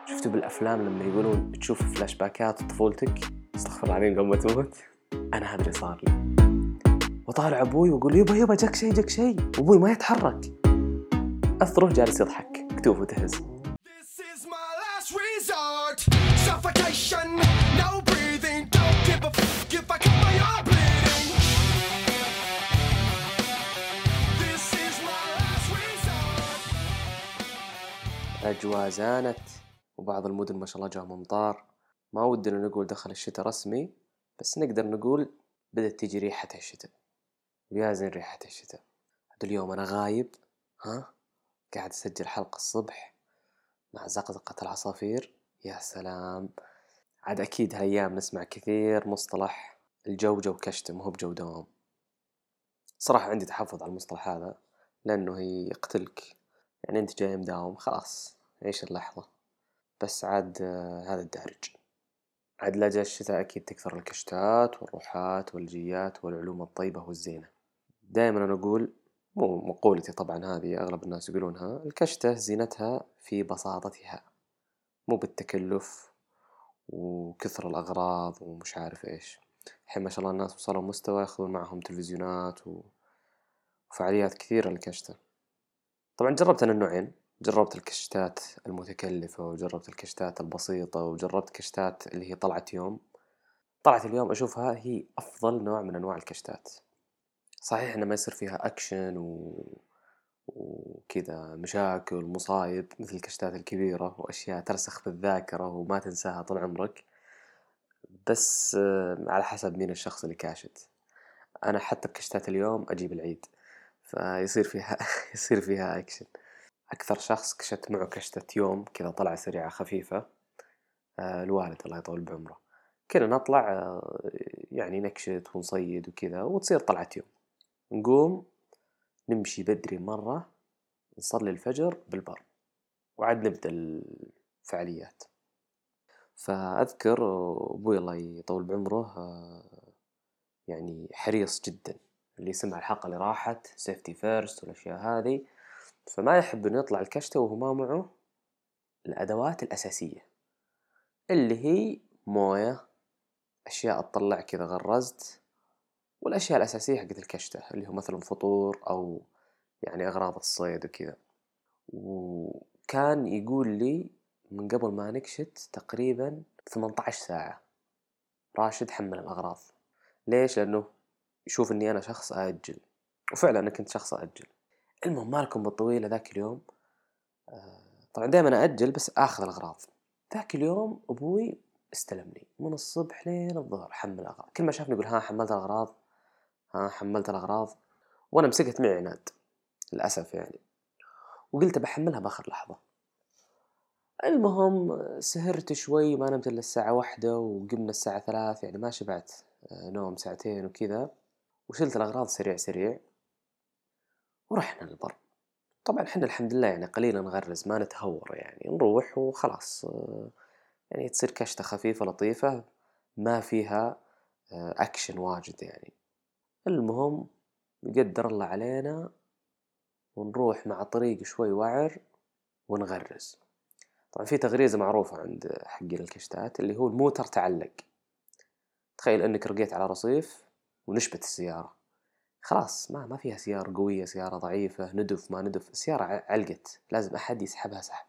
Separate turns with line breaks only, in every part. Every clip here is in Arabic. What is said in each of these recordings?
شفتوا بالأفلام لما يقولون تشوف فلاش باكات طفولتك استغفر الله العظيم قبل ما تموت؟ أنا هذا اللي صار لي. وطالع أبوي ويقول يبا يبا جاك شيء وأبوي ما يتحرك، أثره جالس يضحك كتوفه تهز.
This is my last resort. Suffocation, no breathing. Don't give a f if I cut my arm bleeding. This is my last resort.
الأجواء زانت وبعض المدن ما شاء الله جاء ممطار. ما ودنا نقول دخل الشتاء رسمي، بس نقدر نقول بدأت تيجي ريحة الشتاء، ويا زين ريحة الشتاء. هذا اليوم أنا غايب، قاعد أسجل حلقة الصبح مع زقزقة العصافير. يا سلام، عاد أكيد هالأيام نسمع كثير مصطلح الجو جو كشتة مو بجو دوام. صراحة عندي تحفظ على المصطلح هذا لأنه هي يقتلك، يعني أنت جاي مداوم خلاص عيش اللحظة، بس عاد هذا الدارج. عاد لا جاء الشتاء أكيد تكثر الكشتات والروحات والجيات والعلوم الطيبة والزينة. دائما أنا أقول، مو مقولتي طبعا، هذه أغلب الناس يقولونها، الكشتة زينتها في بساطتها مو بالتكلف وكثر الأغراض ومش عارف إيش. الحين ما شاء الله الناس وصلوا مستوى يأخذون معهم تلفزيونات وفعاليات كثيرة للكشتة. طبعا جربت أنا النوعين، جربت الكشتات المتكلفة وجربت الكشتات البسيطة وجربت كشتات اللي هي طلعت يوم. طلعت اليوم أشوفها هي أفضل نوع من أنواع الكشتات. صحيح إنه ما يصير فيها أكشن وكذا مشاكل ومصايب مثل الكشتات الكبيرة وأشياء ترسخ بالذاكرة وما تنساها طول عمرك، بس على حسب مين الشخص اللي كاشت. أنا حتى بكشتات اليوم أجيب العيد فيصير فيها يصير فيها أكشن. أكثر شخص كشت معه كشتة يوم كذا طلعة سريعة خفيفة الوالد الله يطول بعمره. كنا نطلع يعني نكشت ونصيد وكذا، وتصير طلعة يوم نقوم نمشي بدري مرة نصلي الفجر بالبر وعاد نبدأ الفعاليات. فأذكر أبوي الله يطول بعمره يعني حريص جدا، اللي سمع الحلقة اللي راحت سيفتي فيرست والأشياء هذه، فما يحب إنه يطلع الكشتة وهو ما معه الأدوات الأساسية اللي هي موية، أشياء تطلع كذا غرزت، والأشياء الأساسية حقت الكشتة اللي هو مثلا فطور أو يعني أغراض الصيد وكذا. وكان يقول لي من قبل ما نكشت تقريبا 18 ساعة راشد حمل الأغراض. ليش؟ لأنه يشوف أني أنا شخص أأجل، وفعلا أنا كنت شخص أأجل. المهم مالكم بالطويلة ذاك اليوم طبعا دائما أأجل بس آخذ الأغراض. ذاك اليوم أبوي استلمني من الصبح لين الظهر حمل الأغراض. كل ما شافني يقول ها حملت الأغراض، ها حملت الأغراض، وأنا مسكت معي عناد للأسف يعني، وقلت بحملها بآخر لحظة. المهم سهرت شوي ما نمت إلا الساعة 1 وقمنا الساعة 3، يعني ما شبعت نوم ساعتين وكذا، وشلت الأغراض سريع ورحنا للبر. طبعا حنا الحمد لله يعني قليلا نغرز ما نتهور، يعني نروح وخلاص يعني تصير كشتة خفيفة لطيفة ما فيها أكشن واجد يعني. المهم يقدر الله علينا ونروح مع طريق شوي وعر ونغرز. طبعا في تغريزة معروفة عند حقين الكشتات اللي هو الموتر تعلق. تخيل انك رقيت على رصيف ونشبت السيارة، خلاص ما فيها سيارة قوية سيارة ضعيفة ندف ما ندف، السيارة علقت لازم أحد يسحبها سحب.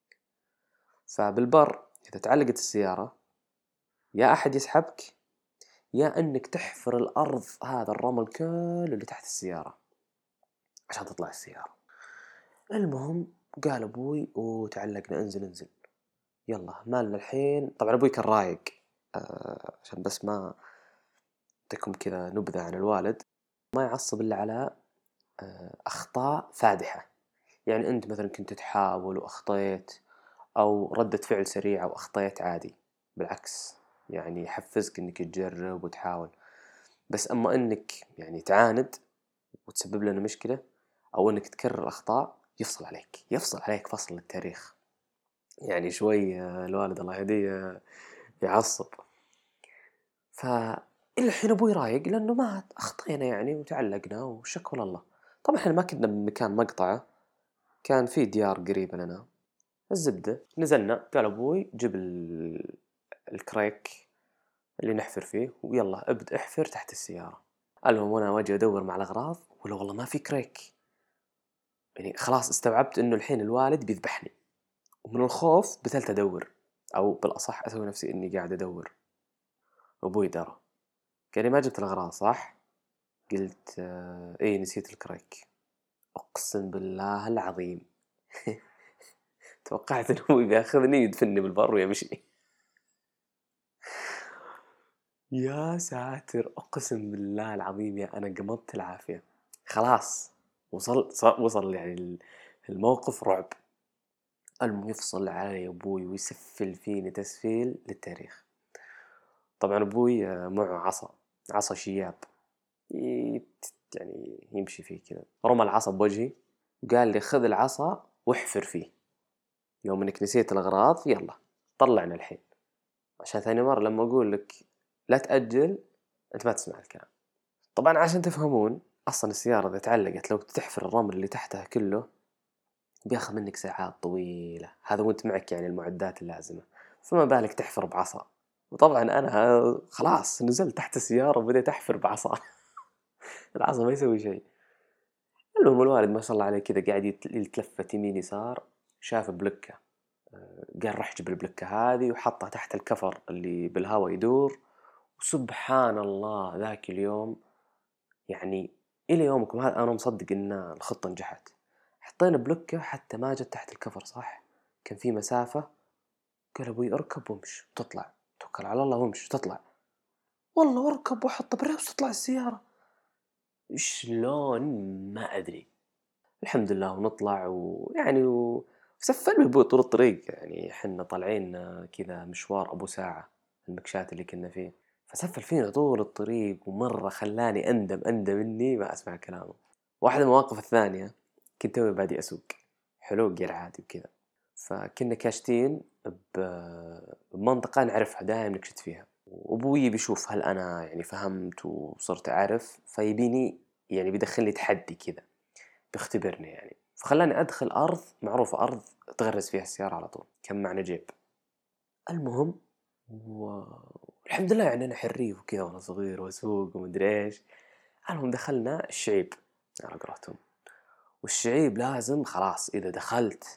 فبالبر إذا تعلقت السيارة يا أحد يسحبك يا أنك تحفر الأرض، هذا الرمل كله اللي تحت السيارة عشان تطلع السيارة. المهم قال أبوي وتعلقنا انزل يلا مالنا الحين. طبعا أبوي كان رايق عشان بس ما تكون كذا نبذة عن الوالد، ما يعصب إلا على أخطاء فادحة. يعني أنت مثلا كنت تحاول وأخطيت، أو ردة فعل سريعة وأخطيت عادي، بالعكس يعني يحفزك أنك تجرب وتحاول. بس أما أنك يعني تعاند وتسبب لنا مشكلة أو أنك تكرر أخطاء يفصل عليك فصل التاريخ. يعني شوي الوالد الله يهديه يعصب. فإلى الحين أبوي رايق لأنه ما أخطينا يعني وتعلقنا وشكر الله. طبعا إحنا ما كنا بمكان مقطعة، كان في ديار قريبة لنا، الزبدة نزلنا، قال أبوي جيب الكريك اللي نحفر فيه ويلا ابدأ احفر تحت السيارة. المهم وأنا واجي أدور مع الأغراض ولا والله ما في كريك. يعني خلاص استوعبت إنه الحين الوالد بيذبحني، ومن الخوف بثلت أدور، أو بالأصح أسوي نفسي إني قاعد أدور. أبوي درى، قال لي ما جبت الأغراض صح؟ قلت إيه نسيت الكريك. أقسم بالله العظيم توقعت إنه هو بياخذني يدفني بالبر ويمشي. يا ساتر أقسم بالله العظيم يا أنا قمضت العافية. خلاص وصل يعني الموقف رعب. المهم يفصل علي أبوي ويسفل فيني تسفيل للتاريخ. طبعا أبوي معه عصا شياب يعني يمشي فيه كذا. رمى العصا بوجهي وقال لي خذ العصا واحفر فيه، يوم انك نسيت الأغراض يلا طلعنا الحين، عشان ثاني مرة لما أقول لك لا تأجل أنت ما تسمع الكلام. طبعا عشان تفهمون أصلا السيارة إذا تعلقت لو تحفر الرمل اللي تحتها كله بياخذ منك ساعات طويلة، هذا وانت معك يعني المعدات اللازمة، فما بالك تحفر بعصا. وطبعا أنا خلاص نزلت تحت السيارة وبديت أحفر بعصا. العصا ما يسوي شيء. المهم الوالد ما شاء الله عليه كذا قاعد يتلفت يمين يسار، شاف بلكة، قال رح جيب البلكة هذه وحطها تحت الكفر اللي بالهواء يدور. وسبحان الله ذاك اليوم يعني إلى يومكم هذا أنا مصدق إن الخطة نجحت. حطينا بلوكة حتى ما جت تحت الكفر صح، كان في مسافة. قال أبوي اركب وامش وتطلع، توكل على الله وامش وتطلع. والله اركب وحط بريس وتطلع السيارة. شلون ما أدري. الحمد لله ونطلع ويعني وسفلنا أبوي طول الطريق. يعني حنا طالعين كذا مشوار أبو ساعة المكشات اللي كنا فيه، فسفل فينا طول الطريق ومرة خلاني أندم إني ما أسمع كلامه. واحدة المواقف الثانية كنت توي بادي أسوق حلو غير عادي وكذا، فكنا كاشتين بمنطقة نعرفها دائما نكشت فيها، وأبوي بيشوف هل أنا يعني فهمت وصرت أعرف، فيبيني يعني بيدخلني تحدي كذا بيختبرني يعني. فخلاني أدخل أرض معروفة، أرض تغرز فيها السيارة على طول، كان معنا جيب. المهم والحمد لله يعني أنا حريف وكذا وأنا صغير وأسوق ومدري إيش. المهم دخلنا الشعيب على قولتهم، والشعيب لازم خلاص إذا دخلت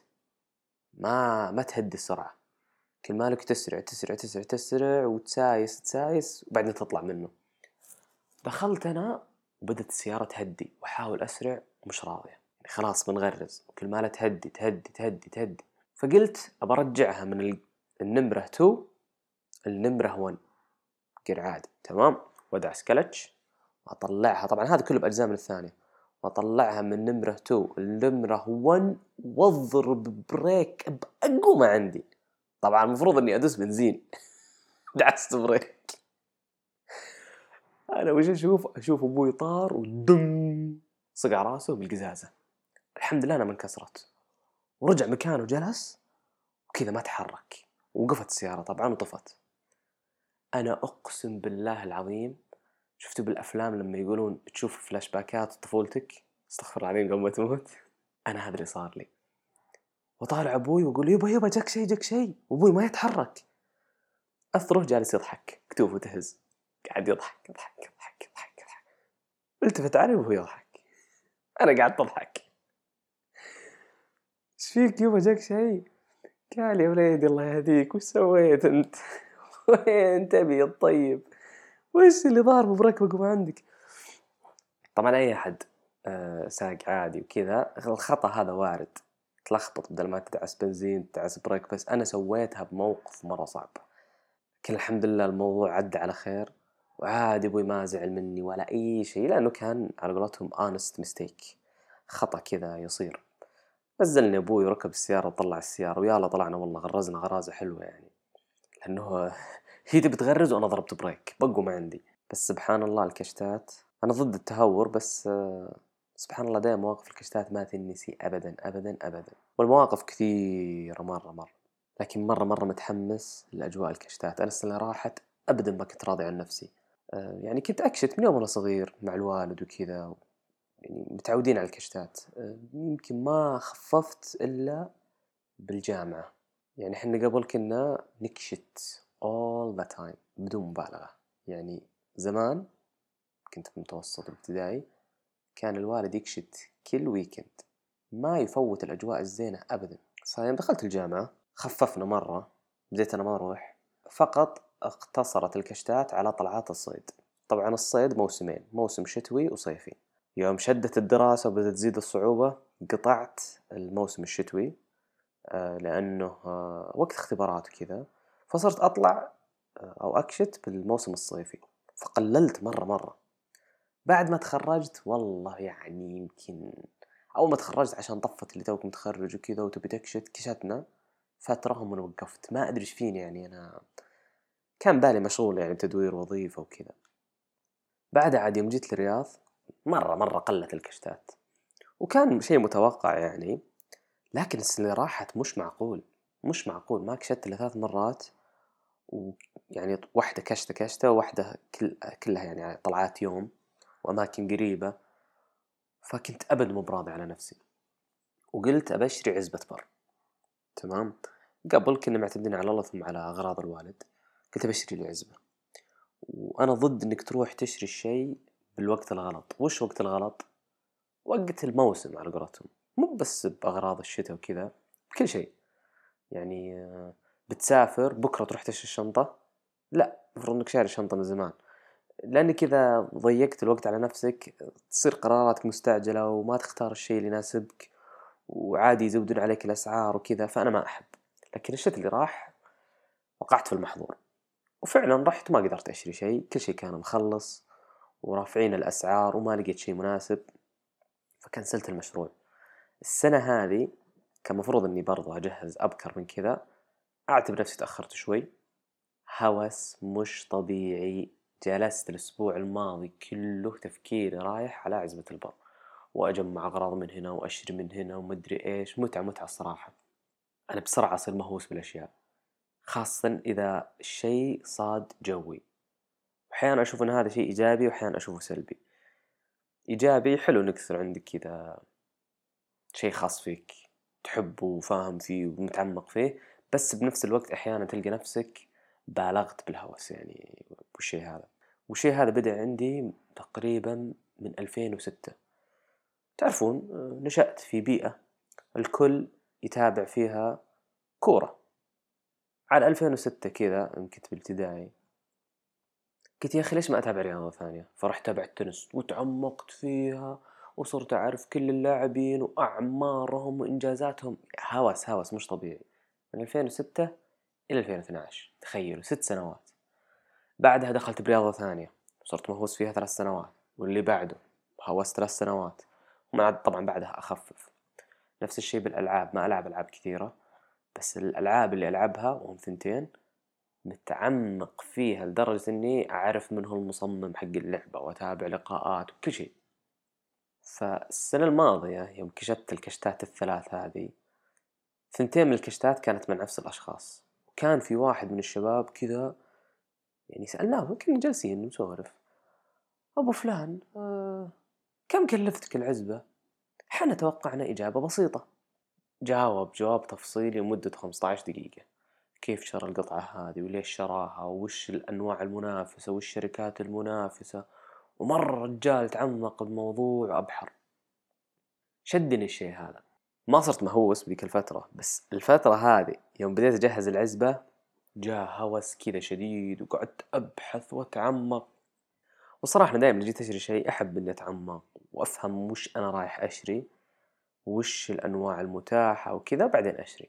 ما تهدي السرعة، كل مالك تسرع وتسايس وبعدين تطلع منه. دخلت أنا وبدت السيارة تهدي وأحاول أسرع ومش راضية، يعني خلاص بنغرز وكل مالها تهدي. فقلت أبى أرجعها من النمرة 2 النمرة 1 غير عادي تمام، وأدعس كلتش وأطلعها. طبعا هذا كله بأجزاء من الثانية، وأطلعها من نمرة 2 النمرة 1 واضرب بريك بأقوى ما عندي. طبعا المفروض اني ادوس بنزين. دعست بريك. انا وش اشوف ابوي طار ودم صقع راسه بالقزازة. الحمد لله انا ما انكسرت، ورجع مكانه جلس وكذا ما تحرك، وقفت السيارة طبعا وطفت. انا اقسم بالله العظيم شفتوا بالافلام لما يقولون تشوف فلاش باكات طفولتك، استغفر الله العظيم قبل ما تموت، انا هذا اللي صار لي. وطالع ابوي ويقول يبا جاك شيء، وابوي ما يتحرك. اثره جالس يضحك كتوفه تهز، قاعد يضحك. التفت علي وهو يضحك، انا قاعد اضحك. ايش فيك يبا جاك شيء؟ قال يا وليدي الله يهديك وش سويت انت؟ وين تبي الطيب؟ وش اللي ضارب بركبك وما عندك؟ طبعا اي احد ساق عادي وكذا الخطأ هذا وارد، تلخبط بدل ما تدعس بنزين تدعس بريك، بس انا سويتها بموقف مرة صعب. لكن الحمد لله الموضوع عدى على خير، وعادي أبوي ما زعل مني ولا أي شيء، لأنه كان على قولتهم honest mistake، خطأ كذا يصير. نزلني أبوي وركب السيارة وطلع السيارة ويلا طلعنا، والله غرزنا غرازة حلوة يعني، لأنه هي تبي تغرز وأنا ضربت بريك بقوا ما عندي. بس سبحان الله الكشتات، أنا ضد التهور بس سبحان الله دائما مواقف الكشتات ما تنسي أبدا. والمواقف كثيرة مرة، لكن مرة متحمس لأجواء الكشتات. أنا السنة راحت أبدا ما كنت راضي عن نفسي، يعني كنت أكشت من يوم أنا صغير مع الوالد وكذا، يعني متعودين على الكشتات. يمكن ما خففت إلا بالجامعة، يعني إحنا قبل كنا نكشت all the time بدون مبالغة. يعني زمان كنت في متوسط ابتدائي، كان الوالد يكشت كل ويكند، ما يفوت الأجواء الزينة أبدا. فيوم دخلت الجامعة خففنا مرة، بديت أنا ما أروح، فقط اقتصرت الكشتات على طلعات الصيد. طبعا الصيد موسمين، موسم شتوي وصيفي. يوم شدت الدراسة وبدأت تزيد الصعوبة قطعت الموسم الشتوي، لأنه وقت اختبارات وكذا، فصرت أطلع أو أكشت بالموسم الصيفي، فقللت مرة. بعد ما تخرجت والله يعني يمكن أول ما تخرجت عشان طفت اللي توك متخرج وكذا وتبي تكشت، كشتنا فترة ومن وقفت، ما أدري إيش فيني. يعني أنا كان بالي مشغول يعني بتدوير وظيفة وكذا. بعد عاد يوم جيت للرياض مرة قلت الكشتات، وكان شيء متوقع يعني. لكن السنة اللي راحت مش معقول ما كشت إلا 3 مرات، ويعني واحدة كشتة وواحدة كلها يعني طلعات يوم وأماكن قريبة. فكنت أبد مو براضي على نفسي، وقلت أبشري عزبة بر. تمام، قبل كنا معتمدين على الله ثم على أغراض الوالد، قلت أبشري لي عزبة. وأنا ضد إنك تروح تشتري الشيء بالوقت الغلط. وش وقت الغلط؟ وقت الموسم على قولتهم، مو بس بأغراض الشتاء وكذا، كل شيء. يعني بتسافر بكرة تروح تشتري الشنطة، لا، المفروض إنك شاري الشنطة من زمان. لأنك إذا ضيقت الوقت على نفسك تصير قراراتك مستعجلة وما تختار الشيء اللي يناسبك، وعادي يزودون عليك الأسعار وكذا، فأنا ما أحب. لكن الشتاء اللي راح وقعت في المحظور، وفعلا رحت ما قدرت أشتري شيء، كل شيء كان مخلص ورافعين الأسعار وما لقيت شيء مناسب، فكنسلت المشروع. السنة هذه كان مفروض أني برضو أجهز أبكر من كذا، أعتبر نفسي تأخرت شوي. هوس مش طبيعي، جلست الأسبوع الماضي كله تفكيري رايح على عزبة البر، وأجمع أغراض من هنا وأشتري من هنا ومدري إيش. متعة الصراحة. أنا بسرعة أصير مهووس بالأشياء، خاصة إذا الشيء صاد جوي. أحيانا أشوف أن هذا شيء إيجابي وأحيانا أشوفه سلبي. إيجابي، حلو إنك يصير عندك كذا شيء خاص فيك تحبه وفاهم فيه ومتعمق فيه، بس بنفس الوقت أحيانا تلقى نفسك بالغت بالهوس يعني. والشيء هذا بدأ عندي تقريبا من 2006. تعرفون، نشأت في بيئة الكل يتابع فيها كورة. على 2006 كذا كنت بالابتدائي، قلت يا أخي ليش ما أتابع رياضة ثانية؟ فرحت تابعت تنس وتعمقت فيها وصرت أعرف كل اللاعبين وأعمارهم وإنجازاتهم. هوس مش طبيعي. من 2006 إلى 2012، تخيلوا 6 سنوات. بعدها دخلت برياضة ثانية وصرت مهووس فيها 3 سنوات، واللي بعده هوست 3 سنوات، طبعا بعدها أخفف. نفس الشيء بالألعاب، ما ألعب ألعاب كثيرة، بس الألعاب اللي ألعبها وهم 2 متعمق فيها لدرجة إني أعرف من هو المصمم حق اللعبة وأتابع لقاءات وكل شيء. فالسنة الماضية يوم كشفت الكشتات ال3 هذه، 2 من الكشتات كانت من نفس الأشخاص. وكان في واحد من الشباب كذا يعني سألناه، كنا جالسين نسولف، أبو فلان كم كلفتك العزبة؟ حنا توقعنا إجابة بسيطة. جواب تفصيلي لمدة 15 دقيقة، كيف شرى القطعة هذه وليش شراها وش الأنواع المنافسة والشركات المنافسة. ومرة رجال تعمق بالموضوع وأبحر. شدني الشيء هذا. ما صرت مهووس بذيك الفترة، بس الفترة هذه يوم بديت أجهز العزبة جاء هوس كذا شديد، وقعدت أبحث وأتعمق. وصراحة دائما جيت أشتري شيء أحب إني أتعمق وأفهم وش أنا رايح أشتري وش الأنواع المتاحة وكذا بعدين أشتري.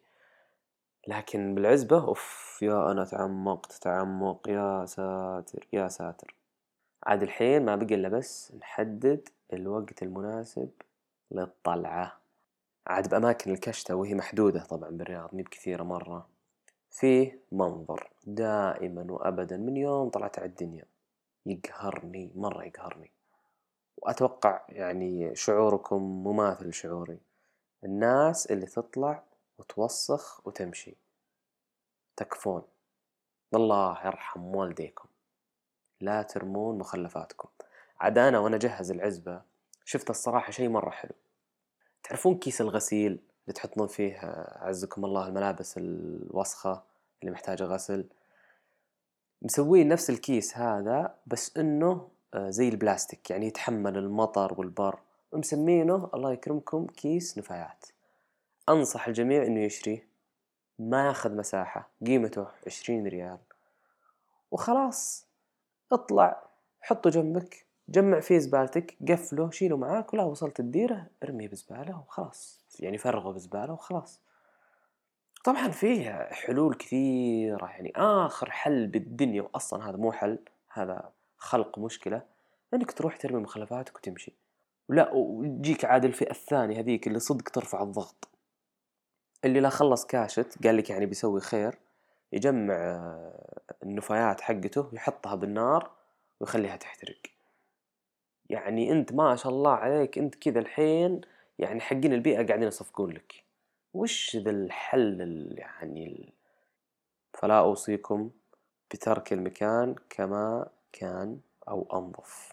لكن بالعزبة أوف، يا أنا تعمق يا ساتر. عاد الحين ما بقي إلا بس نحدد الوقت المناسب للطلعة. عاد بأماكن الكشتة وهي محدودة طبعا بالرياض، مي بكثيرة مرة. فيه منظر دائما وأبدا من يوم طلعت على الدنيا يقهرني، مرة يقهرني. وأتوقع يعني شعوركم مماثل شعوري. الناس اللي تطلع وتوسخ وتمشي، تكفون، الله يرحم والديكم، لا ترمون مخلفاتكم. عاد أنا وأنا جهز العزبة شفت الصراحة شيء مرة حلو. تعرفون كيس الغسيل اللي تحطون فيه عزكم الله الملابس الوسخة اللي محتاجة غسل. مسوين نفس الكيس هذا بس انه زي البلاستيك، يعني يتحمل المطر والبر، ومسمينه الله يكرمكم كيس نفايات. انصح الجميع انه يشتريه، ما ياخذ مساحة، قيمته 20 ريال وخلاص. اطلع حطه جنبك، جمع فيه زبالتك، قفله، شيله معاك، ولا وصلت الديرة ارميه بزبالة وخلاص، يعني فرغه بزبالة وخلاص. طبعا فيه حلول كثيرة، يعني آخر حل بالدنيا، وأصلا هذا مو حل، هذا خلق مشكلة، إنك تروح ترمي مخلفاتك وتمشي. ولا وتجيك عاد الفئة الثانية هذيك اللي صدق ترفع الضغط، اللي لا خلص كاشت قال لك يعني بيسوي خير، يجمع النفايات حقته ويحطها بالنار ويخليها تحترق. يعني أنت ما شاء الله عليك، أنت كذا الحين يعني حقين البيئة قاعدين يصفقون لك. وش ذا الحل يعني فلا أوصيكم بترك المكان كما كان أو أنظف.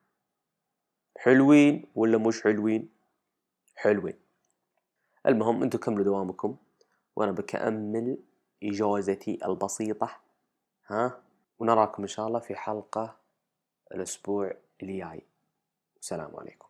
حلوين ولا مش حلوين؟ حلوين. المهم أنتم كملوا دوامكم، وأنا بكمل إجازتي البسيطة، ونراكم إن شاء الله في حلقة الأسبوع اللي جاي. السلام عليكم.